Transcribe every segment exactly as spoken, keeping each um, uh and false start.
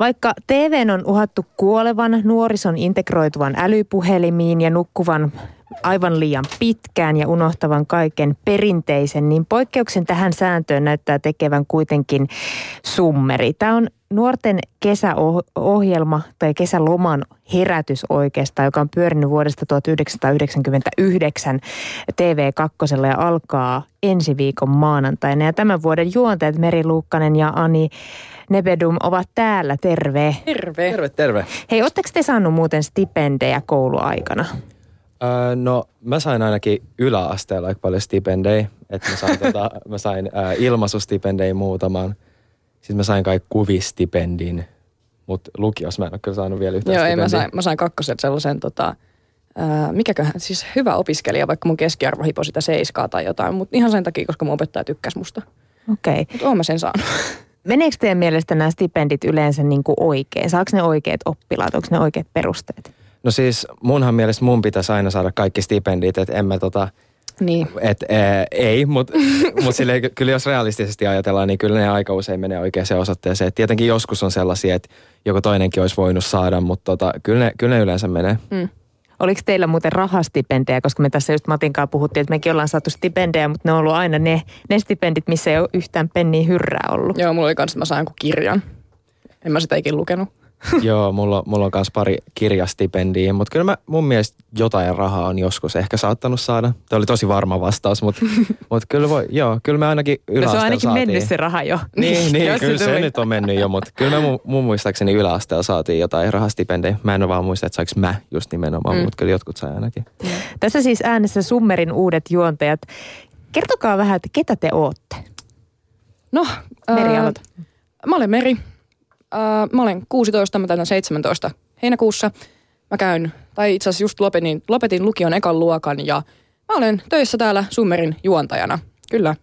Vaikka T V:n on uhattu kuolevan, nuorison integroituvan älypuhelimiin ja nukkuvan aivan liian pitkään ja unohtavan kaiken perinteisen, niin poikkeuksen tähän sääntöön näyttää tekevän kuitenkin Summeri. Tämä on nuorten kesäohjelma tai kesäloman herätys oikeastaan, joka on pyörinyt vuodesta tuhatyhdeksänsataayhdeksänkymmentäyhdeksän T V kaksi ja alkaa ensi viikon maanantaina. Ja tämän vuoden juontajat Meri Luukkanen ja Ani Nebedum ovat täällä. Terve. Terve. Terve, terve. Hei, ootteko te saanut muuten stipendejä kouluaikana? Öö, no mä sain ainakin yläasteella aika paljon stipendejä. Että mä sain, tota, mä sain ää, ilmaisustipendejä muutaman. Sitten mä sain kai kuvistipendin. Mutta lukiossa mä en ole kyllä saanut vielä yhtään Joo, stipendiä. ei, mä sain, mä sain kakkoset sellaisen, tota, ää, mikäköhän, siis hyvä opiskelija, vaikka mun keskiarvo hipoi sitä seiskaa tai jotain. Mutta ihan sen takia, koska mun opettaja tykkäsi musta. Okei. Okay. Mutta oon mä sen saanut. Meneekö teidän mielestä nämä stipendit yleensä niin kuin oikein? Saako ne oikeat oppilaat? Onko ne oikeat perusteet? No siis munhan mielestä mun pitäisi aina saada kaikki stipendit, että en mä tota... Niin. Et ää, ei, mutta mut silleen kyllä jos realistisesti ajatellaan, niin kyllä ne aika usein menee oikeaan osoitteeseen. Et tietenkin joskus on sellaisia, että joku toinenkin olisi voinut saada, mutta tota, kyllä, ne, kyllä ne yleensä menee. Mm. Oliko teillä muuten rahastipendejä, koska me tässä just Matin kanssa puhuttiin, että mekin ollaan saatu stipendejä, mutta ne on ollut aina ne, ne stipendit, missä ei ole yhtään penniä hyrrää ollut. Joo, mulla oli kans, että mä sain jonkun kirjan. En mä sitä ikin lukenut. Joo, mulla, mulla on myös pari kirjastipendiä, mutta kyllä mä, mun mielestä jotain rahaa on joskus ehkä saattanut saada. Tämä oli tosi varma vastaus, mutta mut kyllä voi, joo, kyllä me ainakin yläasteella no se on ainakin saatiin. mennyt se raha jo. Niin, niin kyllä se, se nyt on mennyt jo, mutta kyllä me mun, mun muistaakseni yläasteella saatiin jotain rahastipendejä. Mä en ole vaan muista, että saiko mä just nimenomaan, mm. mutta kyllä jotkut sai ainakin. Mm. Tässä siis äänessä Summerin uudet juontajat. Kertokaa vähän, että ketä te ootte? No, Meri, äh, aloita. Mä olen Meri. Uh, mä olen kuusitoista, mä täytän seitsemäntoista heinäkuussa. Mä käyn, tai itse asiassa just lopetin, lopetin lukion ekan luokan ja mä olen töissä täällä Summerin juontajana. Kyllä.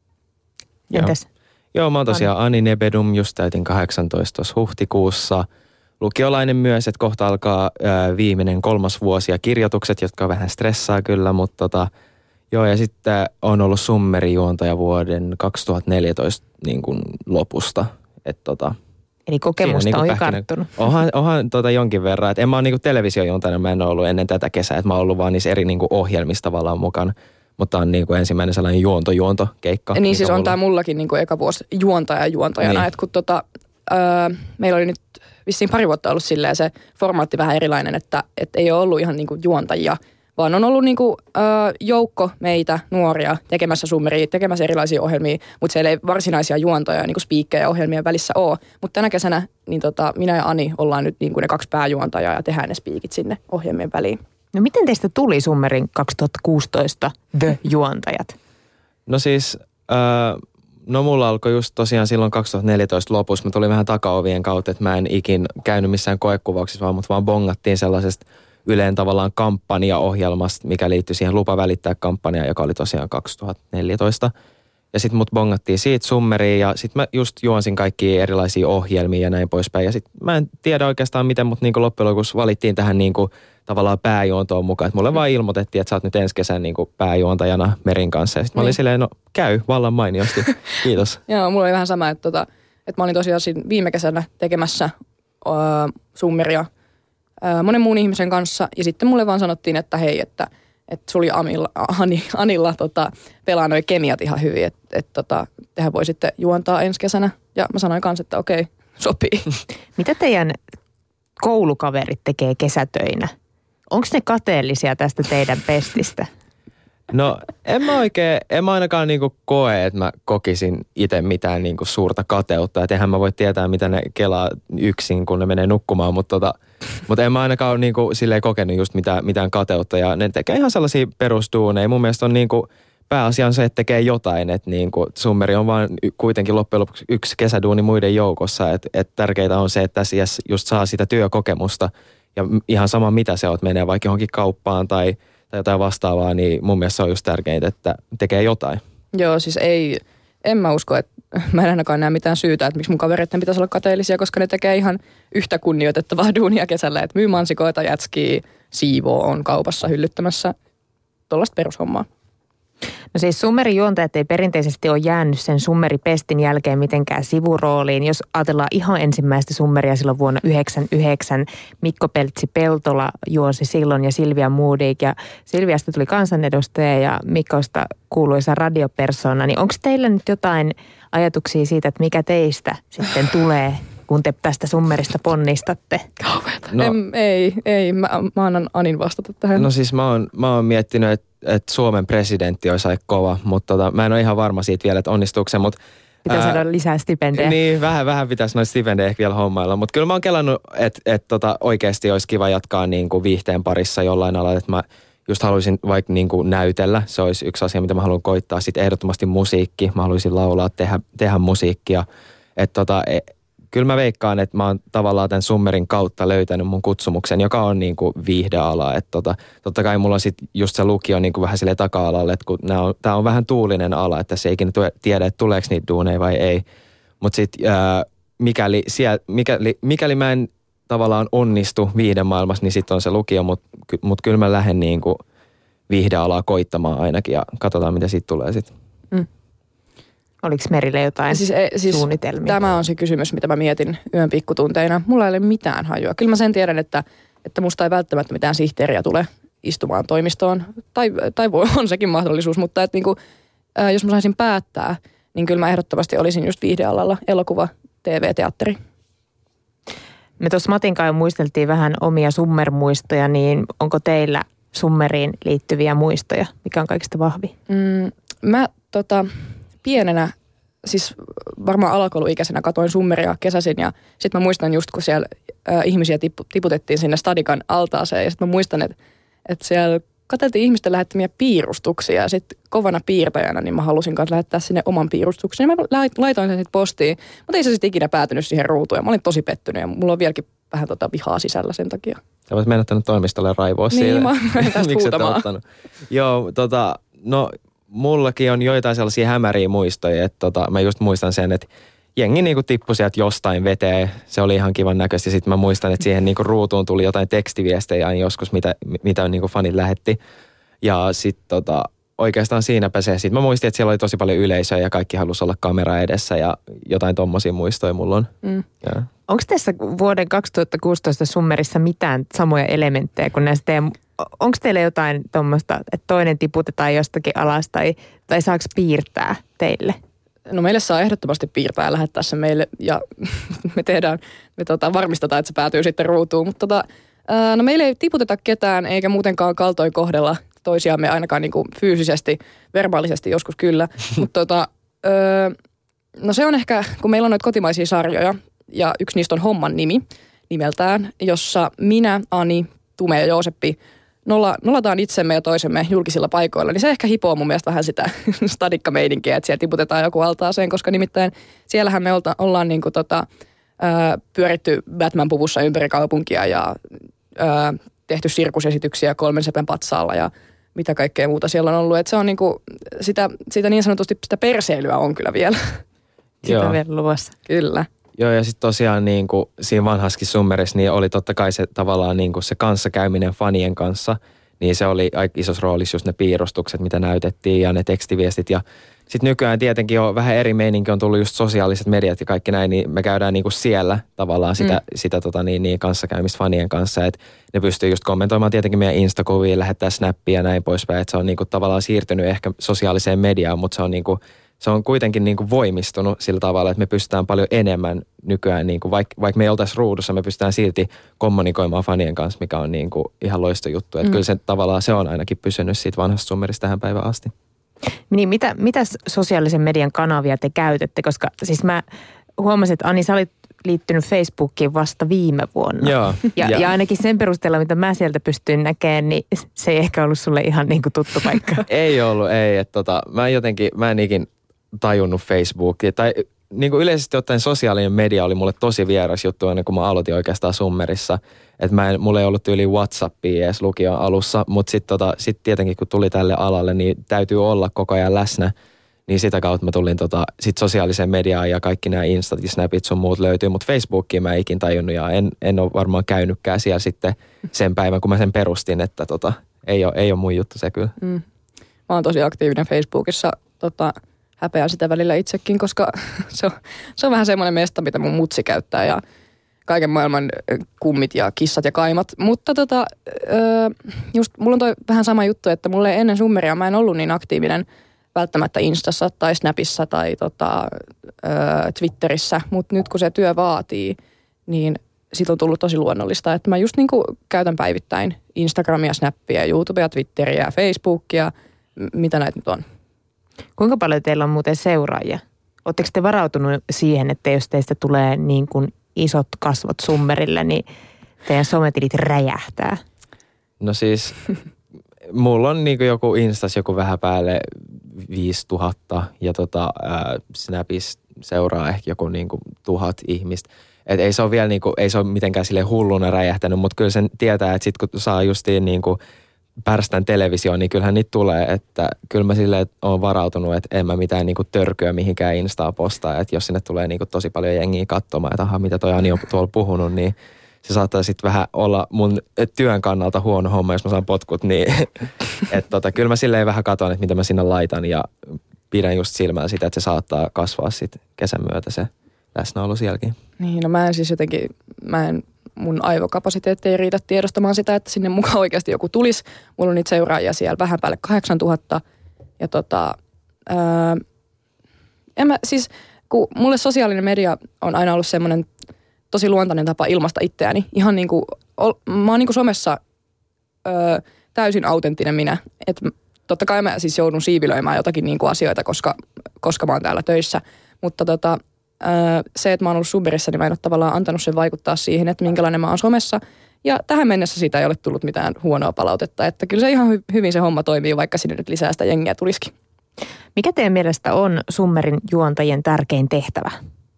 Entäs? Joo, Joo mä oon tosiaan Ani Nebedum, just täytin kahdeksantoista huhtikuussa. Lukiolainen myös, että kohta alkaa ää, viimeinen kolmas vuosi ja kirjoitukset, jotka vähän stressaa kyllä, mutta tota, joo ja sitten on ollut Summerin juontaja vuoden kaksituhattaneljätoista niin kuin lopusta, että tota... Eli kokemusta niinku on jo pähkinä. karttunut. Onhan, onhan tota jonkin verran. Et en mä ole niinku televisiojuontajana, mä en ole ollut ennen tätä kesää. Et mä oon ollut vaan niissä eri niinku ohjelmissa tavallaan mukana. Mutta on niinku ensimmäinen sellainen juonto-juonto-keikka. Ja niin siis on tää mullakin niinku eka vuosi juontaja juontajana. Niin. Että kun tota, öö, meillä oli nyt vissiin pari vuotta ollut silleen se formaatti vähän erilainen, että et ei ole ollut ihan niinku juontajia, vaan on ollut niinku, ö, joukko meitä nuoria tekemässä Summeria, tekemässä erilaisia ohjelmia, mutta siellä ei varsinaisia juontoja, niinku spiikkejä ohjelmien välissä ole. Mutta tänä kesänä niin tota, minä ja Ani ollaan nyt niinku ne kaksi pääjuontajaa ja tehdään ne spiikit sinne ohjelmien väliin. No miten teistä tuli Summerin kaksituhattakuusitoista The-juontajat? No siis, äh, no mulla alkoi just tosiaan silloin kaksituhattaneljätoista lopussa. Mä tulin vähän takaovien kautta, että mä en ikin käynyt missään koekuvauksissa, vaan mut vaan bongattiin sellaisesta Yleen tavallaan kampanjaohjelmasta, mikä liittyi siihen Lupa välittää -kampanjaan, joka oli tosiaan kaksituhattaneljätoista. Ja sitten mut bongattiin siitä Summeriin ja sitten mä just juonsin kaikkia erilaisia ohjelmia ja näin poispäin. Ja sitten mä en tiedä oikeastaan miten, mutta niinku loppujen lopuksi valittiin tähän niinku tavallaan pääjuontoon mukaan. Että mulle vaan ilmoitettiin, että sä oot nyt ensi kesän niinku pääjuontajana Merin kanssa. Ja sitten mä olin silleen, no käy vallan mainiosti. Kiitos. Joo, mulla oli vähän sama, että, tota, että mä olin tosiaan viime kesänä tekemässä uh, Summeria monen muun ihmisen kanssa. Ja sitten mulle vaan sanottiin, että hei, että, että sulla Amilla, Ani, Anilla tota, pelaa noi kemiat ihan hyvin, että, että tota, tehän voi sitten juontaa ensi kesänä. Ja mä sanoin kanssa, että okei, sopii. Mitä teidän koulukaverit tekee kesätöinä? Onko ne kateellisia tästä teidän pestistä? No en mä oikein, en mä ainakaan niinku koe, että mä kokisin itse mitään niinku suurta kateutta. Että eihän mä voi tietää, mitä ne kelaa yksin, kun ne menee nukkumaan, mutta tota, mut en mä ainakaan ole niinku silleen kokenut just mitään, mitään kateutta. Ja ne tekee ihan sellaisia perusduuneja. Mun mielestä on niinku pääasia on se, että tekee jotain. Että niinku Summeri on vaan kuitenkin loppujen lopuksi yksi kesäduuni muiden joukossa. Että et tärkeintä on se, että tässä just saa sitä työkokemusta. Ja ihan sama mitä se on, menee vaikka johonkin kauppaan tai tai jotain vastaavaa, niin mun mielestä se on just tärkeintä, että tekee jotain. Joo, siis ei, en mä usko, että mä en ainakaan näe mitään syytä, että miksi mun kavereiden pitäisi olla kateellisia, koska ne tekee ihan yhtä kunnioitettavaa duunia kesällä, että myy mansikoita, jätskii, siivoo, on kaupassa hyllyttämässä, tuollaista perushommaa. No siis summerijuontajat ei perinteisesti ole jäänyt sen summeripestin jälkeen mitenkään sivurooliin. Jos ajatellaan ihan ensimmäistä summeria silloin vuonna yhdeksänkymmentäyhdeksän, Mikko Peltsi-Peltola juonsi silloin ja Silvia Moodig. Ja Silviasta tuli kansanedustaja ja Mikosta kuuluisa radiopersona. Niin onko teillä nyt jotain ajatuksia siitä, että mikä teistä sitten tulee, kun te tästä summerista ponnistatte? No, en, ei, ei. Mä, mä annan Anin vastata tähän. No siis mä oon, mä oon miettinyt, että että Suomen presidentti olisi aika kova, mutta tota, mä en ole ihan varma siitä vielä, että onnistuuko se, mutta... Pitää saada lisää stipendejä. Niin, vähän, vähän pitäisi noita stipendejä ehkä vielä hommailla, mutta kyllä mä oon kelannut, että et, tota, oikeasti olisi kiva jatkaa niin kuin viihteen parissa jollain alalla, että mä just haluaisin vaikka niin kuin näytellä, se olisi yksi asia, mitä mä haluan koittaa. Sitten ehdottomasti musiikki, mä haluaisin laulaa, tehdä, tehdä musiikkia, että tota... Kyllä mä veikkaan, että mä oon tavallaan tämän summerin kautta löytänyt mun kutsumuksen, joka on niin kuin viihdeala. Että tota, totta kai mulla on sitten just se lukio niin kuin vähän sille taka-alalle, että kun on, tää on vähän tuulinen ala, että se ei ikinä tiedä, että tuleeko niitä duuneja vai ei. Mutta sitten mikäli, mikäli, mikäli mä en tavallaan onnistu viihdemaailmassa, niin sitten on se lukio, mutta mut kyllä mä lähden niin kuin viihdealaa koittamaan ainakin ja katsotaan, mitä siitä tulee sitten. Mm. Oliko Merille jotain siis, e, siis suunnitelmia? Tämä on se kysymys, mitä mä mietin yön pikkutunteina. Mulla ei ole mitään hajua. Kyllä mä sen tiedän, että, että musta ei välttämättä mitään sihteeriä tule istumaan toimistoon. Tai, tai voi, on sekin mahdollisuus, mutta että niinku, ää, jos mä saisin päättää, niin kyllä mä ehdottomasti olisin just viihdealalla, elokuva, T V, teatteri. Me tuossa Matin kanssa muisteltiin vähän omia summermuistoja, niin onko teillä summeriin liittyviä muistoja? Mikä on kaikista vahvi? Mm, mä tota... Pienenä, siis varmaan alakouluikäisenä katoin summeria kesäisin ja sitten mä muistan just, kun siellä ä, ihmisiä tipu, tiputettiin sinne Stadikan altaaseen ja sitten mä muistan, että, että siellä katseltiin ihmisten lähettämiä piirustuksia ja sitten kovana piirtäjänä niin mä halusin kanssa lähettää sinne oman piirustuksen ja mä laitoin sen sitten postiin, mutta ei se sitten ikinä päätynyt siihen ruutuun ja mä olin tosi pettynyt ja mulla on vieläkin vähän tota vihaa sisällä sen takia. Sä voit mennä tänne toimistolle raivoa niin, siitä. Niin, mä tästä huutamaan. Joo, tota, no... Mullakin on joitain sellaisia hämäriä muistoja, että tota, mä just muistan sen, että jengi niinku tippui sieltä jostain veteen. Se oli ihan kivan näköistä. Sitten mä muistan, että siihen niinku ruutuun tuli jotain tekstiviestejä joskus, mitä, mitä niinku fanit lähetti. Ja sitten tota, oikeastaan siinäpä se. Sitten mä muistin, että siellä oli tosi paljon yleisöä ja kaikki halusi olla kamera edessä ja jotain tommosia muistoja mulla on. Mm. Onko tässä vuoden kaksituhattakuusitoista summerissa mitään samoja elementtejä kuin näistä teidän... Onko teillä jotain tuommoista, että toinen tiputetaan jostakin alas tai, tai saako piirtää teille? No meille saa ehdottomasti piirtää ja lähettää se meille ja me tehdään, me tota, varmistetaan, että se päätyy sitten ruutuun. Mutta tota, no meille ei tiputeta ketään eikä muutenkaan kaltoin kohdella toisiamme ainakaan niin kuin fyysisesti, verbaalisesti joskus kyllä. Mutta tota, no se on ehkä, kun meillä on noita kotimaisia sarjoja ja yksi niistä on Homman nimi nimeltään, jossa minä, Ani, Tume ja Jooseppi Nolla, nollataan itsemme ja toisemme julkisilla paikoilla, niin se ehkä hipoo mun mielestä vähän sitä stadikkameininkiä, että siellä tiputetaan joku altaaseen, koska nimittäin siellähän me olta, ollaan niin kuin tota, ää, pyöritty Batman-puvussa ympäri kaupunkia ja ää, tehty sirkusesityksiä kolmen sepän patsaalla ja mitä kaikkea muuta siellä on ollut. Että se on niin kuin sitä, sitä niin sanotusti sitä perseilyä on kyllä vielä. Sitä on vielä luvassa. Kyllä. Joo, ja sitten tosiaan niin kuin siinä vanhaskin summerissa niin oli totta kai se tavallaan niin kuin se kanssakäyminen fanien kanssa, niin se oli aika isossa roolissa just ne piirustukset, mitä näytettiin ja ne tekstiviestit. Ja sitten nykyään tietenkin on vähän eri meininki, on tullut just sosiaaliset mediat ja kaikki näin, niin me käydään niin kuin siellä tavallaan sitä, mm. sitä tota niin, niin kanssakäymistä fanien kanssa. Että ne pystyy just kommentoimaan tietenkin meidän Insta-kuvia, lähettää snappia ja näin poispäin. Että se on niin kuin tavallaan siirtynyt ehkä sosiaaliseen mediaan, mutta se on niin kuin se on kuitenkin niin kuin voimistunut sillä tavalla, että me pystytään paljon enemmän nykyään, niin kuin vaikka, vaikka me ei oltaisi ruudussa, me pystytään silti kommunikoimaan fanien kanssa, mikä on niin kuin ihan loistojuttu. Että mm. kyllä se tavallaan se on ainakin pysynyt siitä vanhasta summerista tähän päivään asti. Niin, mitä, mitä sosiaalisen median kanavia te käytätte? Koska siis mä huomasin, että Ani, sä olit liittynyt Facebookiin vasta viime vuonna. Joo. Ja, ja. ja ainakin sen perusteella, mitä mä sieltä pystyin näkemään, niin se ei ehkä ollut sulle ihan niin kuin tuttu paikka. Ei ollut, ei. Että tota, mä jotenkin, mä en ikin tajunnut Facebookia. Tai niin kuin yleisesti ottaen sosiaalinen media oli mulle tosi vieras juttu ennen kuin mä aloitin oikeastaan summerissa. Että mä en, mulla ei ollut yli WhatsAppia edes lukion alussa, mutta sitten tota, sit tietenkin kun tuli tälle alalle, niin täytyy olla koko ajan läsnä. Niin sitä kautta mä tulin tota, sit sosiaaliseen mediaan ja kaikki nämä Instat ja Snapit sun muut löytyy. Mutta Facebookia mä en ikin tajunnut ja en, en ole varmaan käynytkään siellä sitten sen päivän, kun mä sen perustin, että tota, ei ole, ei ole mun juttu se kyllä. Mm. mä oon tosi aktiivinen Facebookissa. Tota, häpeän sitä välillä itsekin, koska se on, se on vähän semmoinen mesta, mitä mun mutsi käyttää ja kaiken maailman kummit ja kissat ja kaimat. Mutta tota, just mulla on toi vähän sama juttu, että mulle ennen summeria mä en ollut niin aktiivinen välttämättä Instassa tai Snapissa tai tota, Twitterissä, mutta nyt kun se työ vaatii, niin siitä on tullut tosi luonnollista, että mä just niinku käytän päivittäin Instagramia, Snappia, YouTubea, Twitteriä ja Facebookia, mitä näitä nyt on. Kuinka paljon teillä on muuten seuraajia? Oletteko te varautunut siihen, että jos teistä tulee niin kuin isot kasvot summerille, niin teidän sometilit räjähtää? No siis, mulla on niinku joku Instas joku vähän päälle viisituhatta ja tota, ää, Snapissa seuraa ehkä joku niinku tuhat ihmistä. Et ei se ole vielä niinku, ei se ole mitenkään sille hulluna räjähtänyt, mutta kyllä sen tietää, että sit kun saa justiin niinku pärstän televisioon, niin kyllähän niitä tulee, että kyllä mä silleen oon varautunut, että en mä mitään niinku törkyä mihinkään Instaa postaa, että jos sinne tulee niinku tosi paljon jengiä katsomaan, että aha, mitä toi Ani on tuolla puhunut, niin se saattaa sitten vähän olla mun työn kannalta huono homma, jos mä saan potkut, niin että tota, kyllä mä silleen vähän katon, että mitä mä sinne laitan ja pidän just silmällä sitä, että se saattaa kasvaa sitten kesän myötä se läsnäolo sielläkin. Niin, no mä en siis jotenkin, mä en, mun aivokapasiteetti ei riitä tiedostamaan sitä, että sinne mukaan oikeasti joku tulisi. Mulla on niitä seuraajia siellä vähän päälle kahdeksantuhatta. Ja tota, ää, en mä, siis kun mulle sosiaalinen media on aina ollut semmoinen tosi luontainen tapa ilmaista itseäni. Ihan niin kuin, mä oon niin kuin somessa ää, täysin autenttinen minä. Että totta kai mä siis joudun siivilöimään jotakin niin kuin asioita, koska, koska mä oon täällä töissä. Mutta tota, se, että mä oon ollut Subberissa, niin mä en ole tavallaan antanut sen vaikuttaa siihen, että minkälainen mä oon somessa. Ja tähän mennessä siitä ei ole tullut mitään huonoa palautetta. Että kyllä se ihan hy- hyvin se homma toimii, vaikka sinne nyt lisää sitä jengiä tulisikin. Mikä teidän mielestä on Summerin juontajien tärkein tehtävä?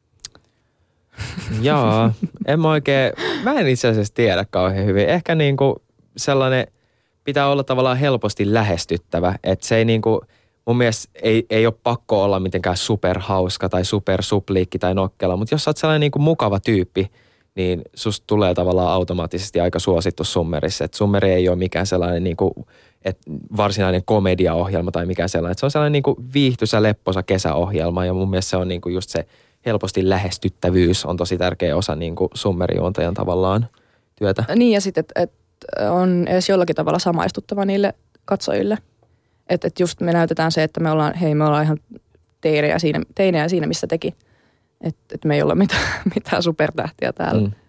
Jaa, en mä oikein, mä en itse asiassa tiedä kauhean hyvin. Ehkä niinku sellainen pitää olla tavallaan helposti lähestyttävä, että se ei niinku, mun mielestä ei, ei ole pakko olla mitenkään superhauska tai supersupliikki tai nokkela, mutta jos sä oot sellainen niinku mukava tyyppi, niin susta tulee tavallaan automaattisesti aika suosittu Summerissa. Et Summeri ei ole mikään sellainen niinku, et varsinainen komediaohjelma tai mikään sellainen. Et se on sellainen niinku viihtyisä, lepposa kesäohjelma ja mun mielestä se on niinku just se helposti lähestyttävyys on tosi tärkeä osa niinku Summerijuontajan tavallaan työtä. Niin ja sitten, että et on edes jollakin tavalla samaistuttava niille katsojille. Että et just me näytetään se, että me ollaan, hei me ollaan ihan teinejä siinä, teinejä siinä missä teki. Että et me ei olla mitään, mitään supertähtiä täällä. Mm.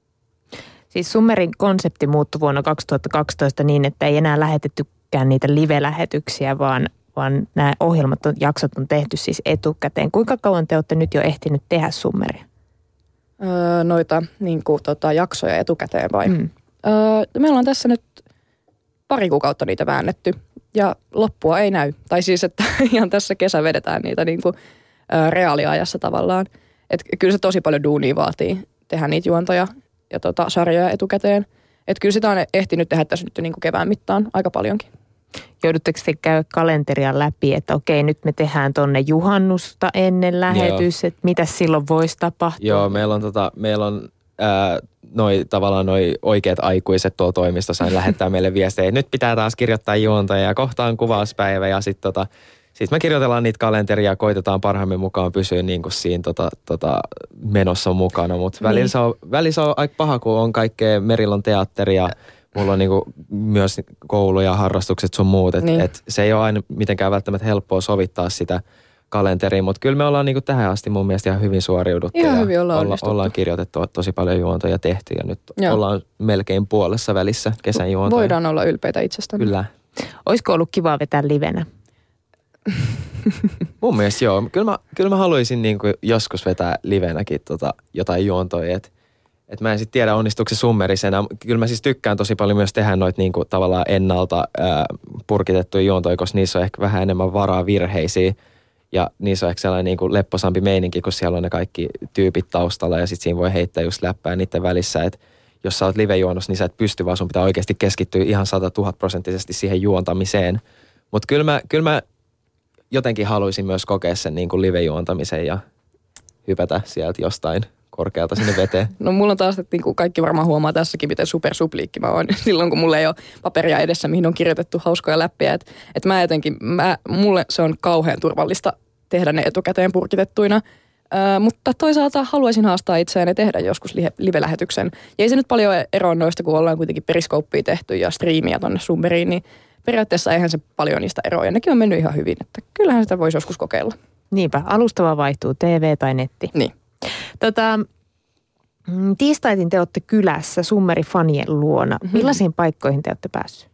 Siis Summerin konsepti muuttui vuonna kaksituhattakaksitoista niin, että ei enää lähetettykään niitä live-lähetyksiä, vaan, vaan nämä ohjelmat, on, jaksot on tehty siis etukäteen. Kuinka kauan te olette nyt jo ehtinyt tehdä Summeria? Öö, noita niin kuin, tota, jaksoja etukäteen vai? Mm. Öö, me ollaan tässä nyt pari kuukautta niitä väännetty ja loppua ei näy. Tai siis, että ihan tässä kesä vedetään niitä niin kuin, ö, reaaliajassa tavallaan. Että kyllä se tosi paljon duunia vaatii tehdä niitä juontoja ja tota, sarjoja etukäteen. Että kyllä sitä on ehtinyt tehdä tässä nyt niin kuin kevään mittaan aika paljonkin. Joudutteko te käydä kalenteria läpi, että okei, nyt me tehdään tonne juhannusta ennen lähetys, että mitä silloin voisi tapahtua? Joo, meillä on, tota, meillä on ää, noi, tavallaan noi oikeat aikuiset tuolla toimistossa lähettää meille viestejä, että nyt pitää taas kirjoittaa juontoja ja kohta on kuvauspäivä ja sitten tota, sit me kirjoitellaan niitä kalenteria ja koitetaan parhaamme mukaan pysyä niin kuin siinä tota, tota, menossa mukana, mutta niin. välillä, se on, välillä se on aika paha, kun on kaikkea, Merillä on teatteria. Mulla on niinku myös koulu ja harrastukset sun muut, että niin. et se ei ole aina mitenkään välttämättä helppoa sovittaa sitä kalenteria, mutta kyllä me ollaan niinku tähän asti mun mielestä ihan hyvin suoriuduttu. Ihan ja hyvin ollaan olla, ollaan kirjoitettu tosi paljon juontoja ja tehty ja nyt Joo. ollaan melkein puolessa välissä kesän juontoja. Voidaan olla ylpeitä itsestämme. Kyllä. Olisiko ollut kiva vetää livenä? Mun mielestä joo. Kyllä mä, kyllä mä haluaisin niinku joskus vetää livenäkin tota jotain juontoja, että Et mä en sitten tiedä, onnistuuko se Summerisena. Kyllä mä siis tykkään tosi paljon myös tehdä noita niinku tavallaan ennalta ää, purkitettuja juontoja, koska niissä on ehkä vähän enemmän varaa virheisiin. Ja niissä on ehkä sellainen niinku lepposampi meininki, kun siellä on ne kaikki tyypit taustalla ja sitten siinä voi heittää just läppää niiden välissä. Että jos sä oot live-juonnossa, niin sä et pysty, vaan sun pitää oikeasti keskittyä ihan sata tuhat prosenttisesti siihen juontamiseen. Mutta kyllä mä, kyllä mä jotenkin haluaisin myös kokea sen niinku live-juontamisen ja hypätä sieltä jostain korkealta sinne veteen. No mulla on taas, että niin kaikki varmaan huomaa tässäkin, miten supersupliikki mä oon silloin, kun mulla ei ole paperia edessä, mihin on kirjoitettu hauskoja läppiä. Että et mä jotenkin, mä, mulle se on kauhean turvallista tehdä ne etukäteen purkitettuina. Ö, mutta toisaalta haluaisin haastaa itseään ja tehdä joskus live-lähetyksen. Ja ei se nyt paljon eroa noista, kun ollaan kuitenkin periskouppia tehty ja striimiä tonne Summeriin, niin periaatteessa eihän se paljon niistä eroa. Ja nekin on mennyt ihan hyvin, että kyllähän sitä voisi joskus kokeilla. Niinpä, alustava vaihtuu, T V tai netti. Niin. Tota, tiistaitin te olette kylässä Summeri-fanien luona. Mm-hmm. Millaisiin paikkoihin te olette päässyt?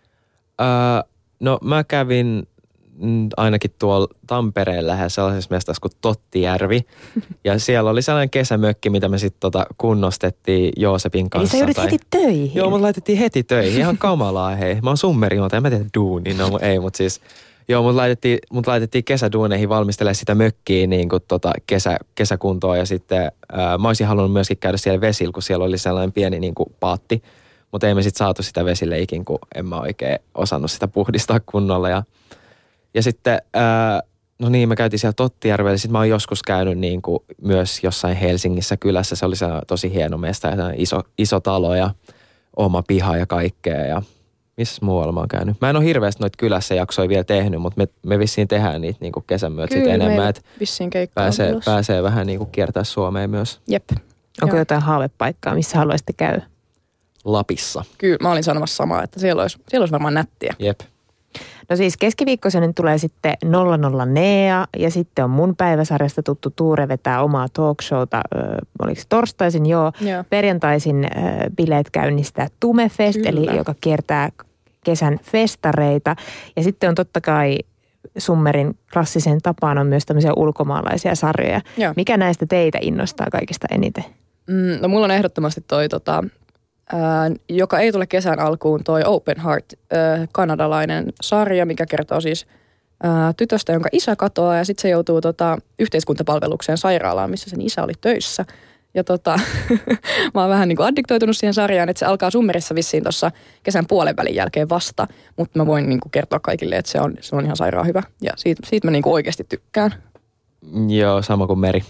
Öö, no mä kävin ainakin tuolla Tampereen lähellä sellaisessa mestassa kuin Tottijärvi. Ja siellä oli sellainen kesämökki, mitä me sitten tota kunnostettiin Joosepin kanssa. Eli sä joudut heti töihin? Joo, mut laitettiin heti töihin. Ihan kamalaa, hei. Mä oon summeri, mutta en mä tehdä duunin. No ei, mutta siis... Joo, mut laitettiin, mut laitettiin kesäduuneihin valmistelemaan sitä mökkiä niin kuin tota kesä, kesäkuntoa. Ja sitten ää, mä olisin halunnut myöskin käydä siellä vesillä, kun siellä oli sellainen pieni niin kuin paatti. Mutta ei me sitten saatu sitä vesille ikin, kun en mä oikein osannut sitä puhdistaa kunnolla. Ja, ja sitten, ää, no niin, me käytiin siellä Tottijärvellä. Sitten mä oon joskus käynyt niin kuin myös jossain Helsingissä kylässä. Se oli se tosi hieno mesta ja iso, iso talo ja oma piha ja kaikkea. Ja missä muualla mä oon käynyt? Mä en ole hirveästi noita kylässä jaksoja vielä tehnyt, mutta me, me vissiin tehdään niitä niin kuin kesän myötä sit enemmän. Että vissiin keikkaa pääsee, pääsee vähän niin kuin kiertää Suomeen myös. Jep. Onko Joo. jotain haavepaikkaa, missä haluaisitte käydä? Lapissa. Kyllä, mä olin sanomassa samaa, että siellä olisi, siellä olisi varmaan nättiä. Jep. No siis keskiviikkoisen tulee sitten nolla nolla Nea ja sitten on mun päiväsarjasta tuttu Tuure vetää omaa talkshowta. Ö, oliko torstaisin? Joo. Joo. Perjantaisin ö, bileet käynnistää Tumefest, Kyllä. eli joka kiertää kesän festareita. Ja sitten on totta kai Summerin klassisen tapaan on myös tämmöisiä ulkomaalaisia sarjoja. Joo. Mikä näistä teitä innostaa kaikista eniten? Mm, no mulla on ehdottomasti toi, tota, ää, joka ei tule kesän alkuun, toi Open Heart, ää, kanadalainen sarja, mikä kertoo siis ää, tytöstä, jonka isä katoaa ja sitten se joutuu tota, yhteiskuntapalvelukseen sairaalaan, missä sen isä oli töissä. Ja tota, mä oon vähän niin kuin addiktoitunut siihen sarjaan, että se alkaa Summerissa vissiin tuossa kesän puolen välin jälkeen vasta, mutta mä voin niin kuin kertoa kaikille, että se on, se on ihan sairaan hyvä ja siitä, siitä mä niin kuin oikeasti tykkään. Joo, sama kuin Meri.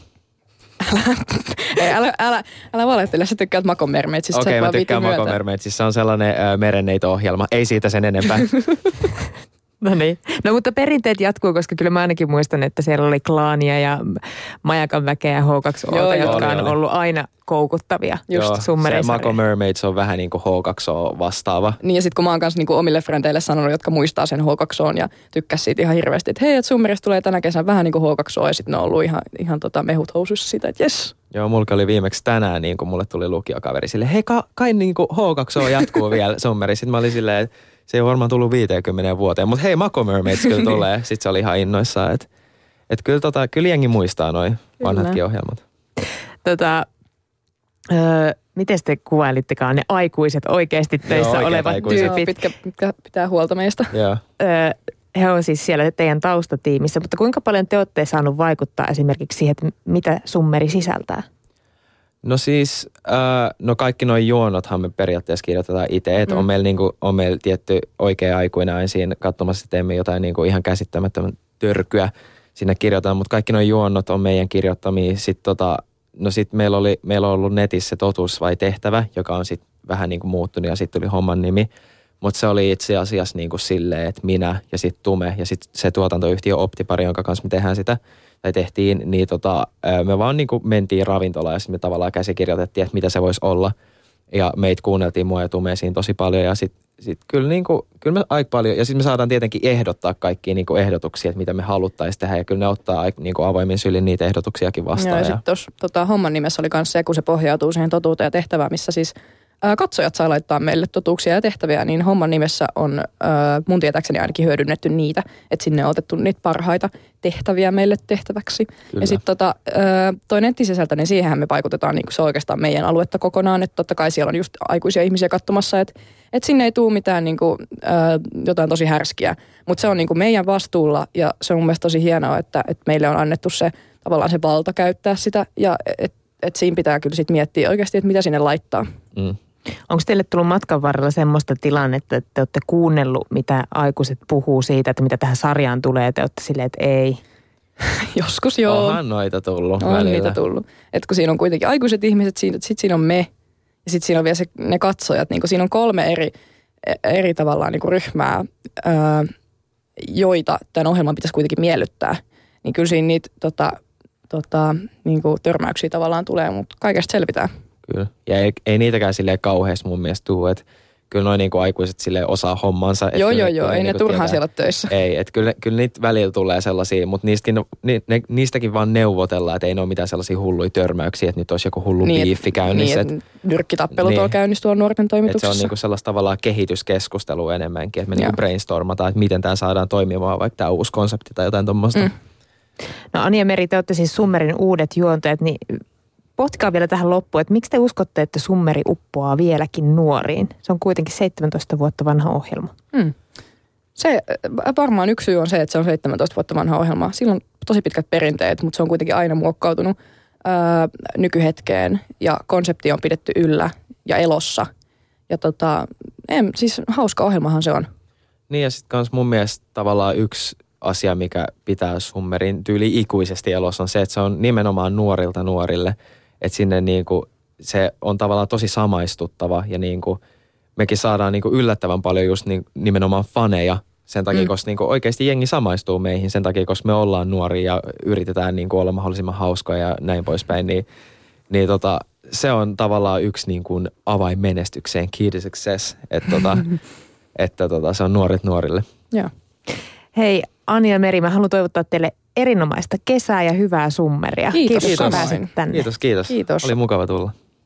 Ei, älä, älä, älä valehtele, sä tykkäät Mako Mermaidsista. Okei, okay, mä tykkään Mako Mermaidsista. Se on sellainen äh, merenneito-ohjelma. Ei siitä sen enempää. No niin. No mutta perinteet jatkuu, koska kyllä mä ainakin muistan, että siellä oli Klaania ja Majakan väkeä ja H kaksi O, jotka oli, on oli. ollut aina koukuttavia just Summerin se Mako Mermaids on vähän niin kuin H kaksi O vastaava. Niin ja sitten kun mä oon kanssa niin kuin omille frendeille sanonut, jotka muistaa sen H kaksi O:n ja tykkäs siitä ihan hirveästi, että hei, että Summerista tulee tänä kesänä vähän niin kuin H kaksi O ja sitten ne on ollut ihan, ihan tota mehut housuissa siitä, että jes. Joo, mulla oli viimeksi tänään, niin kun mulle tuli lukiokaveri silleen, hei ka, kai niin kuin H kaksi O jatkuu vielä Summerissa. Sitten mä olin silleen, että se ei ole varmaan tullut viiteenkymmeneen vuoteen, mutta hei, Mako Mermaids kyllä tulee. Sitten se oli ihan innoissaan, että et kyllä, tota, kyllä jengi muistaa noin vanhatkin ohjelmat. Tota, öö, miten te kuvailittekaan ne aikuiset oikeasti töissä Joo, olevat aikuiset. Joo, tyypit? pitkä, pitkä pitää huolta meistä. Joo. Öö, he on siis siellä teidän taustatiimissä, mutta kuinka paljon te olette saanut vaikuttaa esimerkiksi siihen, että mitä Summeri sisältää? No siis, äh, no kaikki nuo juonothan me periaatteessa kirjoitetaan itse, että mm. on, meillä niinku, on meillä tietty oikea aikuinen aina siinä katsomassa, että teemme jotain niinku ihan käsittämättömän törkyä sinne kirjoitetaan, mutta kaikki nuo juonot on meidän kirjoittamia. Sitten tota, no sit meillä, oli, meillä on ollut netissä Totuus vai tehtävä, joka on sitten vähän niinku muuttunut ja sitten tuli homman nimi. Mutta se oli itse asiassa niinku silleen, että minä ja sitten Tume ja sitten se tuotantoyhtiö Optipari, jonka kanssa me tehdään sitä, tai tehtiin, niin tota, me vaan niinku mentiin ravintolaan ja sitten me tavallaan käsikirjoitettiin, että mitä se voisi olla. Ja meitä kuunneltiin mua ja Tumea siinä tosi paljon ja sitten sit kyllä, niinku, kyllä me aika paljon, ja sitten me saadaan tietenkin ehdottaa kaikkia niinku ehdotuksia, että mitä me haluttaisiin tehdä ja kyllä ne ottaa aika niinku avoimin sylin niitä ehdotuksiakin vastaan. Joo, ja ja sitten tuossa tota, homman nimessä oli myös se, kun se pohjautuu siihen totuuteen ja tehtävään, missä siis ää, katsojat saa laittaa meille totuuksia ja tehtäviä, niin homman nimessä on ää, mun tietääkseni ainakin hyödynnetty niitä, että sinne on otettu niitä parhaita tehtäviä meille tehtäväksi. Kyllä. Ja sitten tota, ää, toi nettisisältö, niin siihenhän me vaikutetaan, niin se on oikeastaan meidän aluetta kokonaan, että totta kai siellä on just aikuisia ihmisiä katsomassa, että et sinne ei tule mitään niin kuin, ää, jotain tosi härskiä, mutta se on niin kuin meidän vastuulla ja se on mun mielestä tosi hienoa, että, että meille on annettu se tavallaan se valta käyttää sitä ja että et siinä pitää kyllä sitten miettiä oikeasti, että mitä sinne laittaa. Mm. Onko teille tullut matkan varrella semmoista tilannetta, että te olette kuunnellut, mitä aikuiset puhuu siitä, että mitä tähän sarjaan tulee, ja te olette silleen, että ei? Joskus joo. Onhan noita tullut On välillä. niitä tullut. Että kun siinä on kuitenkin aikuiset ihmiset, sitten siinä on me ja sitten siinä on vielä se, ne katsojat. Niin kun siinä on kolme eri, eri tavallaan niin kuin ryhmää, öö, joita tämän ohjelman pitäisi kuitenkin miellyttää. Niin kyllä siinä niitä tota, tota, niin kuin törmäyksiä tavallaan tulee, mutta kaikesta selvitään. Kyllä. Ja ei, ei niitäkään silleen kauheasti mun mielestä tule, että kyllä noin niinku aikuiset silleen osaa hommansa. Joo, joo, joo. Ei ne niinku turhaan siellä töissä. Ei, että kyllä, kyllä niitä välillä tulee sellaisia, mutta niistäkin, ni, ne, niistäkin vaan neuvotellaan, että ei ne ole mitään sellaisia hulluja törmäyksiä, että nyt olisi joku hullu niin, biiffi käynnissä. Niin, että nyrkkitappelut niin, on käynnissä tuolla nuorten toimituksessa. Että se on niinku sellaista tavallaan kehityskeskustelua enemmänkin, että me niinku brainstormataan, että miten tämä saadaan toimimaan, vaikka tämä uusi konsepti tai jotain tuommoista. Mm. No Anja Meri, te olette siis Summerin uudet juontajat, niin pohtikaa vielä tähän loppuun, että miksi te uskotte, että Summeri uppoaa vieläkin nuoriin? Se on kuitenkin seitsemäntoista vuotta vanha ohjelma. Hmm. Se varmaan yksi syy on se, että se on seitsemäntoista vuotta vanha ohjelma. Sillä on tosi pitkät perinteet, mutta se on kuitenkin aina muokkautunut ää, nykyhetkeen ja konsepti on pidetty yllä ja elossa. Ja tota, en, siis hauska ohjelmahan se on. Niin ja sitten kans mun mielestä tavallaan yksi asia, mikä pitää Summerin tyyli ikuisesti elossa on se, että se on nimenomaan nuorilta nuorille. Että sinne niinku, se on tavallaan tosi samaistuttava ja niinku, mekin saadaan niinku yllättävän paljon just niin, nimenomaan faneja sen takia, mm. koska niinku oikeasti jengi samaistuu meihin sen takia, koska me ollaan nuoria ja yritetään niinku olla mahdollisimman hauskoja ja näin poispäin. Niin, niin tota, se on tavallaan yksi niinku avain menestykseen, key to success, että tota, että tota, se on nuoret nuorille. Joo. Hei Anja Meri, mä haluan toivottaa teille erinomaista kesää ja hyvää Summeria. Kiitos, kiitos kun kiitos. pääsit tänne. Kiitos, kiitos. Kiitos. Oli mukava tulla.